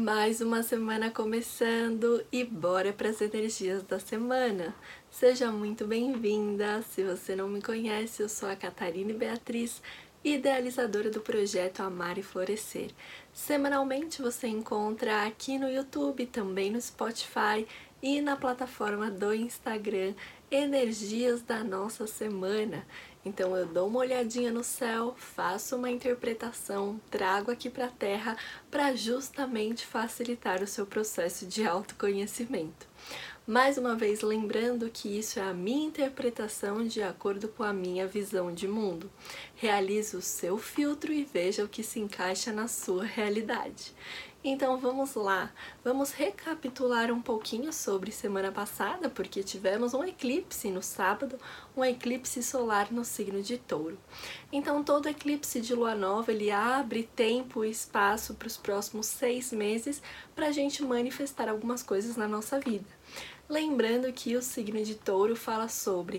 Mais uma semana começando e bora para as energias da semana. Seja muito bem-vinda. Se você não me conhece, eu sou a Catarina Beatriz, idealizadora do projeto Amar e Florescer. Semanalmente você encontra aqui no YouTube, também no Spotify e na plataforma do Instagram energias da nossa semana. Então eu dou uma olhadinha no céu, faço uma interpretação, trago aqui para a Terra para justamente facilitar o seu processo de autoconhecimento. Mais uma vez lembrando que isso é a minha interpretação de acordo com a minha visão de mundo. Realize o seu filtro e veja o que se encaixa na sua realidade. Então vamos lá, vamos recapitular um pouquinho sobre semana passada, porque tivemos um eclipse no sábado, um eclipse solar no signo de Touro. Então todo eclipse de lua nova, ele abre tempo e espaço para os próximos 6 meses para a gente manifestar algumas coisas na nossa vida. Lembrando que o signo de Touro fala sobre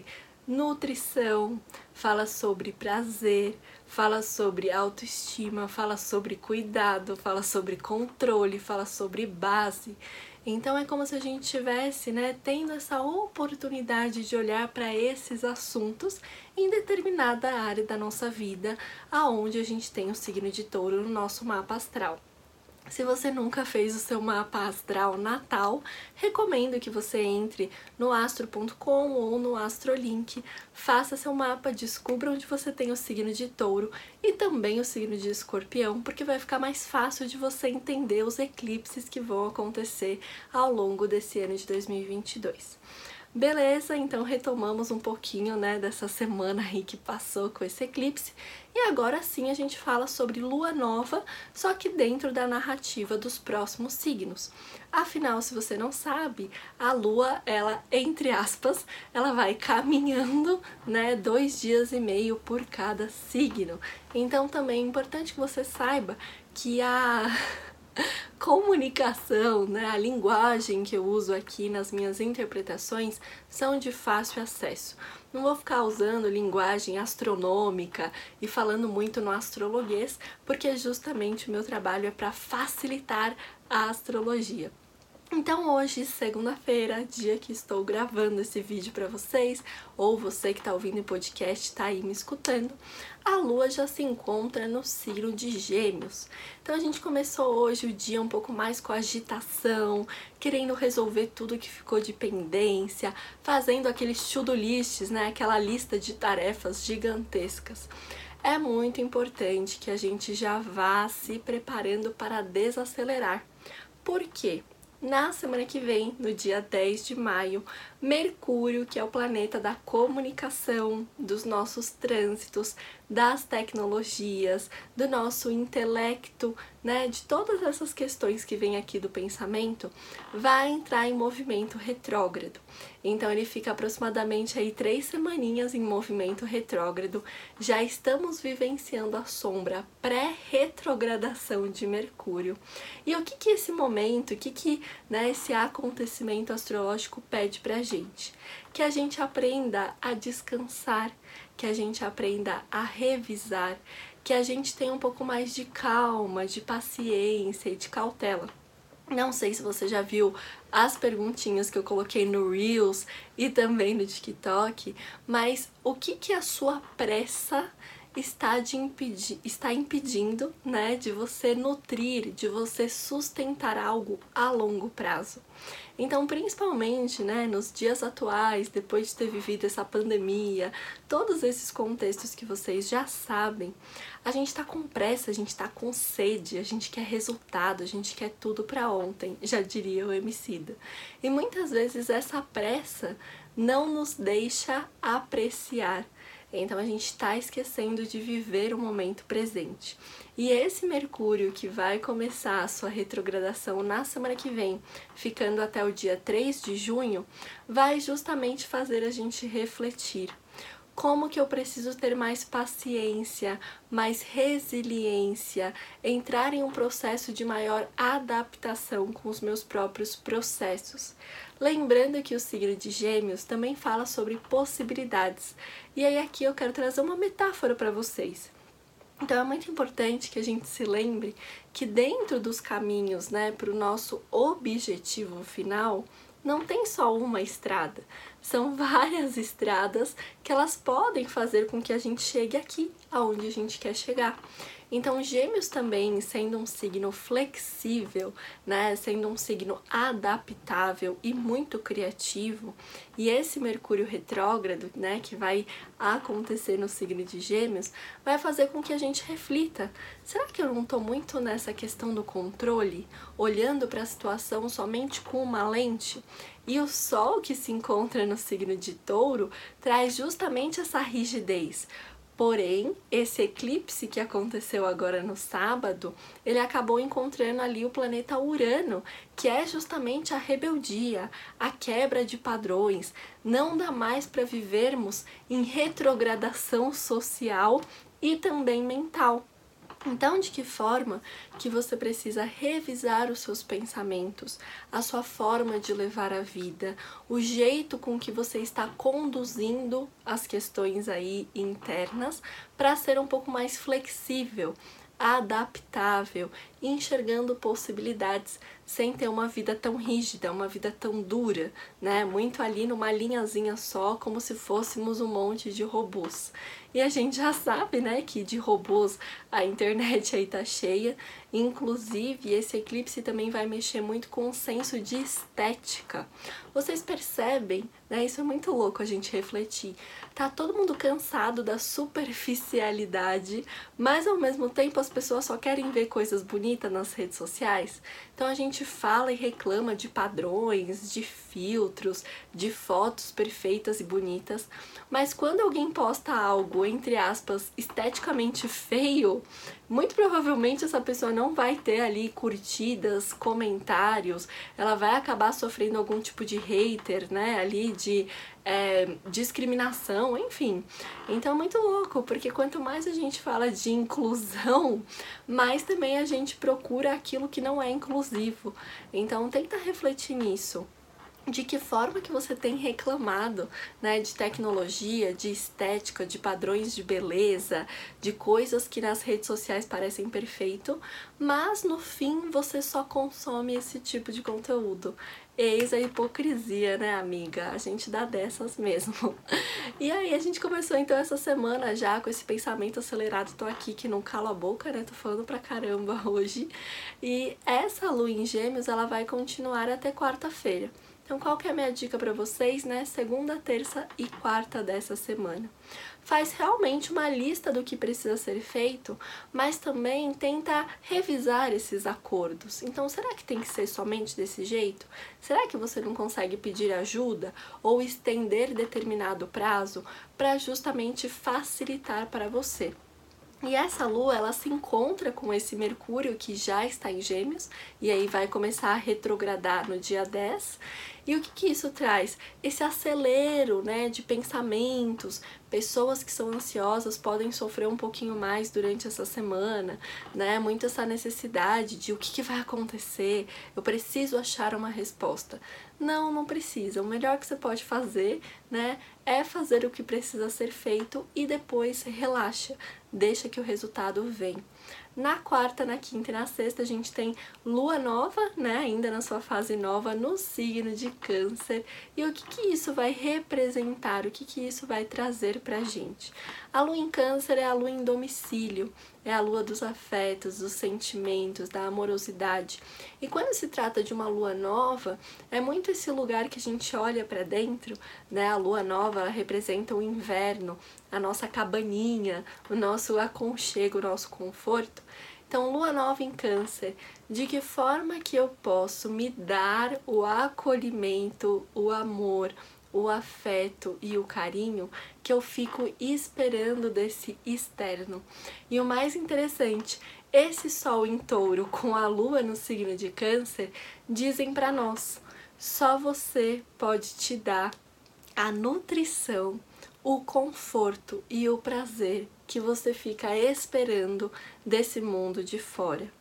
nutrição, fala sobre prazer, fala sobre autoestima, fala sobre cuidado, fala sobre controle, fala sobre base. Então é como se a gente estivesse, tendo essa oportunidade de olhar para esses assuntos em determinada área da nossa vida, aonde a gente tem o signo de Touro no nosso mapa astral. Se você nunca fez o seu mapa astral natal, recomendo que você entre no astro.com ou no Astrolink, faça seu mapa, descubra onde você tem o signo de Touro e também o signo de Escorpião, porque vai ficar mais fácil de você entender os eclipses que vão acontecer ao longo desse ano de 2022. Beleza, então retomamos um pouquinho, dessa semana aí que passou com esse eclipse. E agora sim a gente fala sobre lua nova, só que dentro da narrativa dos próximos signos. Afinal, se você não sabe, a lua, ela, entre aspas, ela vai caminhando, 2 dias e meio por cada signo. Então também é importante que você saiba que a comunicação, a linguagem que eu uso aqui nas minhas interpretações são de fácil acesso. Não vou ficar usando linguagem astronômica e falando muito no astrologuês, porque justamente o meu trabalho é para facilitar a astrologia. Então hoje, segunda-feira, dia que estou gravando esse vídeo para vocês, ou você que está ouvindo o podcast está aí me escutando, a lua já se encontra no signo de Gêmeos. Então a gente começou hoje o dia um pouco mais com agitação, querendo resolver tudo que ficou de pendência, fazendo aqueles to-do lists, aquela lista de tarefas gigantescas. É muito importante que a gente já vá se preparando para desacelerar. Por quê? Na semana que vem, no dia 10 de maio, Mercúrio, que é o planeta da comunicação, dos nossos trânsitos, das tecnologias, do nosso intelecto, de todas essas questões que vêm aqui do pensamento, vai entrar em movimento retrógrado. Então ele fica aproximadamente aí 3 semaninhas em movimento retrógrado. Já estamos vivenciando a sombra pré-retrogradação de Mercúrio. E o que esse momento, esse acontecimento astrológico pede pra gente? Que a gente aprenda a descansar, que a gente aprenda a revisar, que a gente tenha um pouco mais de calma, de paciência e de cautela. Não sei se você já viu as perguntinhas que eu coloquei no Reels e também no TikTok, mas o que a sua pressa está impedindo, de você nutrir, de você sustentar algo a longo prazo. Então, principalmente, nos dias atuais, depois de ter vivido essa pandemia, todos esses contextos que vocês já sabem, a gente tá com pressa, a gente tá com sede, a gente quer resultado, a gente quer tudo pra ontem, já diria o Emicida. E muitas vezes essa pressa não nos deixa apreciar. Então a gente está esquecendo de viver o momento presente. E esse Mercúrio que vai começar a sua retrogradação na semana que vem, ficando até o dia 3 de junho, vai justamente fazer a gente refletir. Como que eu preciso ter mais paciência, mais resiliência, entrar em um processo de maior adaptação com os meus próprios processos. Lembrando que o signo de Gêmeos também fala sobre possibilidades. E aí aqui eu quero trazer uma metáfora para vocês. Então é muito importante que a gente se lembre que dentro dos caminhos, né, para o nosso objetivo final, não tem só uma estrada, são várias estradas que elas podem fazer com que a gente chegue aqui, aonde a gente quer chegar. Então, Gêmeos também, sendo um signo flexível, né, sendo um signo adaptável e muito criativo, e esse Mercúrio retrógrado, né, que vai acontecer no signo de Gêmeos, vai fazer com que a gente reflita: será que eu não estou muito nessa questão do controle, olhando para a situação somente com uma lente? E o Sol, que se encontra no signo de Touro, traz justamente essa rigidez. Porém, esse eclipse que aconteceu agora no sábado, ele acabou encontrando ali o planeta Urano, que é justamente a rebeldia, a quebra de padrões. Não dá mais para vivermos em retrogradação social e também mental. Então, de que forma que você precisa revisar os seus pensamentos, a sua forma de levar a vida, o jeito com que você está conduzindo as questões aí internas para ser um pouco mais flexível, adaptável, enxergando possibilidades sem ter uma vida tão rígida, uma vida tão dura, né? Muito ali numa linhazinha só, como se fôssemos um monte de robôs. E a gente já sabe, né, que de robôs a internet aí tá cheia. Inclusive, esse eclipse também vai mexer muito com o senso de estética. Vocês percebem, né? Isso é muito louco a gente refletir. Tá todo mundo cansado da superficialidade, mas ao mesmo tempo as pessoas só querem ver coisas bonitas nas redes sociais. Então a gente fala e reclama de padrões, de filtros, de fotos perfeitas e bonitas, mas quando alguém posta algo, entre aspas, esteticamente feio, muito provavelmente essa pessoa não vai ter ali curtidas, comentários, ela vai acabar sofrendo algum tipo de hater, né, ali de discriminação, enfim. Então é muito louco, porque quanto mais a gente fala de inclusão, mais também a gente procura aquilo que não é inclusivo. Então tenta refletir nisso. De que forma que você tem reclamado, né, de tecnologia, de estética, de padrões de beleza, de coisas que nas redes sociais parecem perfeito, mas no fim você só consome esse tipo de conteúdo. Eis a hipocrisia, né, amiga? A gente dá dessas mesmo. E aí a gente começou então essa semana já com esse pensamento acelerado. Tô aqui que não calo a boca, né? Tô falando pra caramba hoje. E essa lua em Gêmeos, ela vai continuar até quarta-feira. Então, qual que é a minha dica para vocês, né? Segunda, terça e quarta dessa semana. Faz realmente uma lista do que precisa ser feito, mas também tenta revisar esses acordos. Então, será que tem que ser somente desse jeito? Será que você não consegue pedir ajuda ou estender determinado prazo para justamente facilitar para você? E essa lua, ela se encontra com esse Mercúrio que já está em Gêmeos, e aí vai começar a retrogradar no dia 10. E o que isso traz? Esse acelero, né, de pensamentos. Pessoas que são ansiosas podem sofrer um pouquinho mais durante essa semana, né? Muito essa necessidade de o que vai acontecer, eu preciso achar uma resposta. Não, não precisa. O melhor que você pode fazer, né, é fazer o que precisa ser feito e depois relaxa, deixa que o resultado vem. Na quarta, na quinta e na sexta a gente tem lua nova, né, ainda na sua fase nova no signo de Câncer. E o que isso vai representar, o que isso vai trazer pra gente? A lua em Câncer é a lua em domicílio, é a lua dos afetos, dos sentimentos, da amorosidade. E quando se trata de uma lua nova, é muito esse lugar que a gente olha para dentro, né? A lua nova representa o inverno, a nossa cabaninha, o nosso aconchego, o nosso conforto. Então, lua nova em Câncer, de que forma que eu posso me dar o acolhimento, o amor, o afeto e o carinho que eu fico esperando desse externo? E o mais interessante, esse Sol em Touro com a Lua no signo de Câncer dizem para nós: só você pode te dar a nutrição, o conforto e o prazer que você fica esperando desse mundo de fora.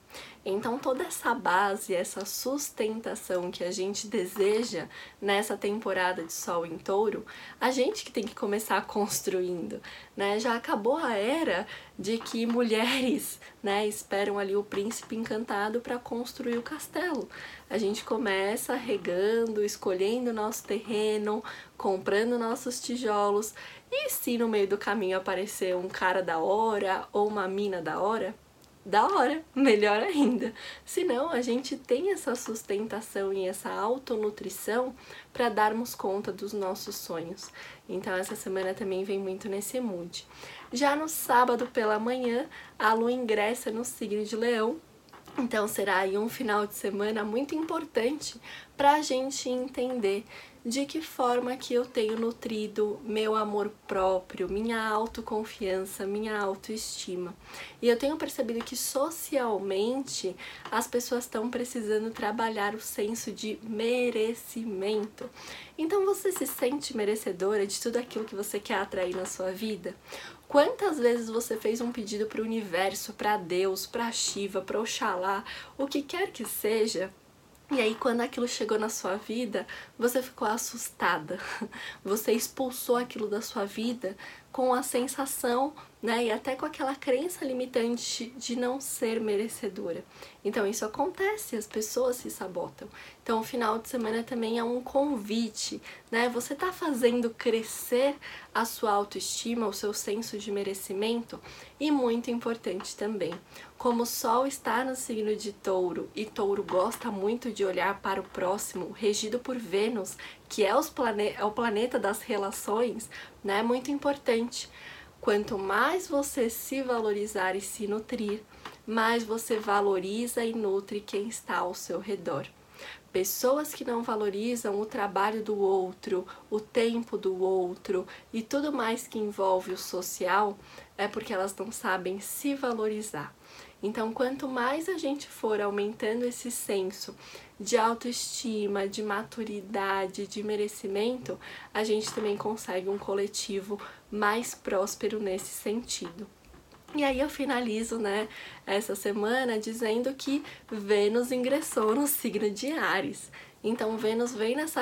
Então toda essa base, essa sustentação que a gente deseja nessa temporada de Sol em Touro, a gente que tem que começar construindo, né? Já acabou a era de que mulheres, né, esperam ali o príncipe encantado para construir o castelo. A gente começa regando, escolhendo o nosso terreno, comprando nossos tijolos, e se no meio do caminho aparecer um cara da hora ou uma mina da hora, melhor ainda. Senão a gente tem essa sustentação e essa autonutrição para darmos conta dos nossos sonhos. Então essa semana também vem muito nesse mood. Já no sábado pela manhã, a lua ingressa no signo de Leão. Então será aí um final de semana muito importante para a gente entender de que forma que eu tenho nutrido meu amor próprio, minha autoconfiança, minha autoestima. E eu tenho percebido que socialmente as pessoas estão precisando trabalhar o senso de merecimento. Então você se sente merecedora de tudo aquilo que você quer atrair na sua vida? Quantas vezes você fez um pedido para o universo, para Deus, para Shiva, para Oxalá, o que quer que seja, e aí quando aquilo chegou na sua vida, você ficou assustada, você expulsou aquilo da sua vida com a sensação, né, e até com aquela crença limitante de não ser merecedora. Então isso acontece, as pessoas se sabotam. Então o final de semana também é um convite, né, você tá fazendo crescer a sua autoestima, o seu senso de merecimento, e muito importante também, como o Sol está no signo de Touro, e Touro gosta muito de olhar para o próximo, regido por Vênus, que é o planeta das relações, né? Muito importante. Quanto mais você se valorizar e se nutrir, mais você valoriza e nutre quem está ao seu redor. Pessoas que não valorizam o trabalho do outro, o tempo do outro e tudo mais que envolve o social, é porque elas não sabem se valorizar. Então, quanto mais a gente for aumentando esse senso de autoestima, de maturidade, de merecimento, a gente também consegue um coletivo mais próspero nesse sentido. E aí eu finalizo, né, essa semana dizendo que Vênus ingressou no signo de Áries. Então Vênus vem nessa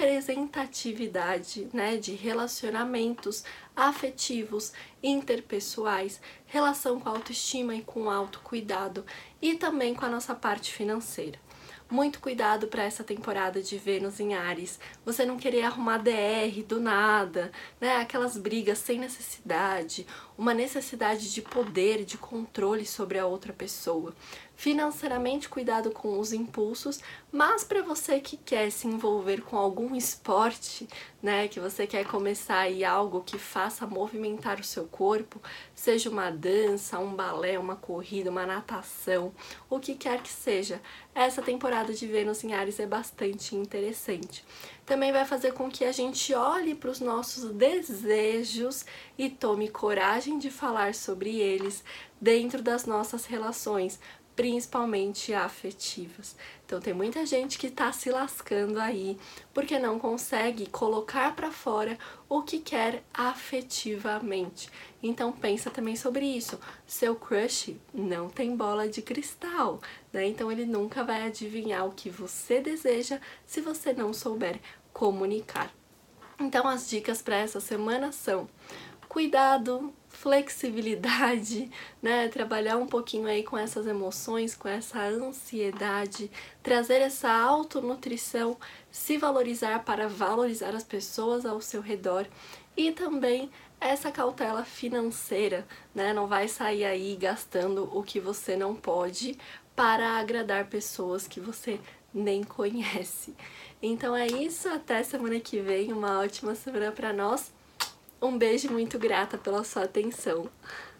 representatividade, né, de relacionamentos afetivos, interpessoais, relação com a autoestima e com o autocuidado, e também com a nossa parte financeira. Muito cuidado para essa temporada de Vênus em Áries. Você não querer arrumar DR do nada, né? Aquelas brigas sem necessidade, uma necessidade de poder, de controle sobre a outra pessoa. Financeiramente, cuidado com os impulsos, mas para você que quer se envolver com algum esporte, né, que você quer começar aí algo que faça movimentar o seu corpo, seja uma dança, um balé, uma corrida, uma natação, o que quer que seja, essa temporada de Vênus em Áries é bastante interessante. Também vai fazer com que a gente olhe para os nossos desejos e tome coragem de falar sobre eles dentro das nossas relações, principalmente afetivas. Então tem muita gente que tá se lascando aí porque não consegue colocar para fora o que quer afetivamente. Então pensa também sobre isso. Seu crush não tem bola de cristal, né? Então ele nunca vai adivinhar o que você deseja se você não souber comunicar. Então as dicas para essa semana são: cuidado, flexibilidade, né? Trabalhar um pouquinho aí com essas emoções, com essa ansiedade, trazer essa autonutrição, se valorizar para valorizar as pessoas ao seu redor, e também essa cautela financeira, né? Não vai sair aí gastando o que você não pode para agradar pessoas que você nem conhece. Então é isso, até semana que vem, uma ótima semana para nós. Um beijo, muito grata pela sua atenção.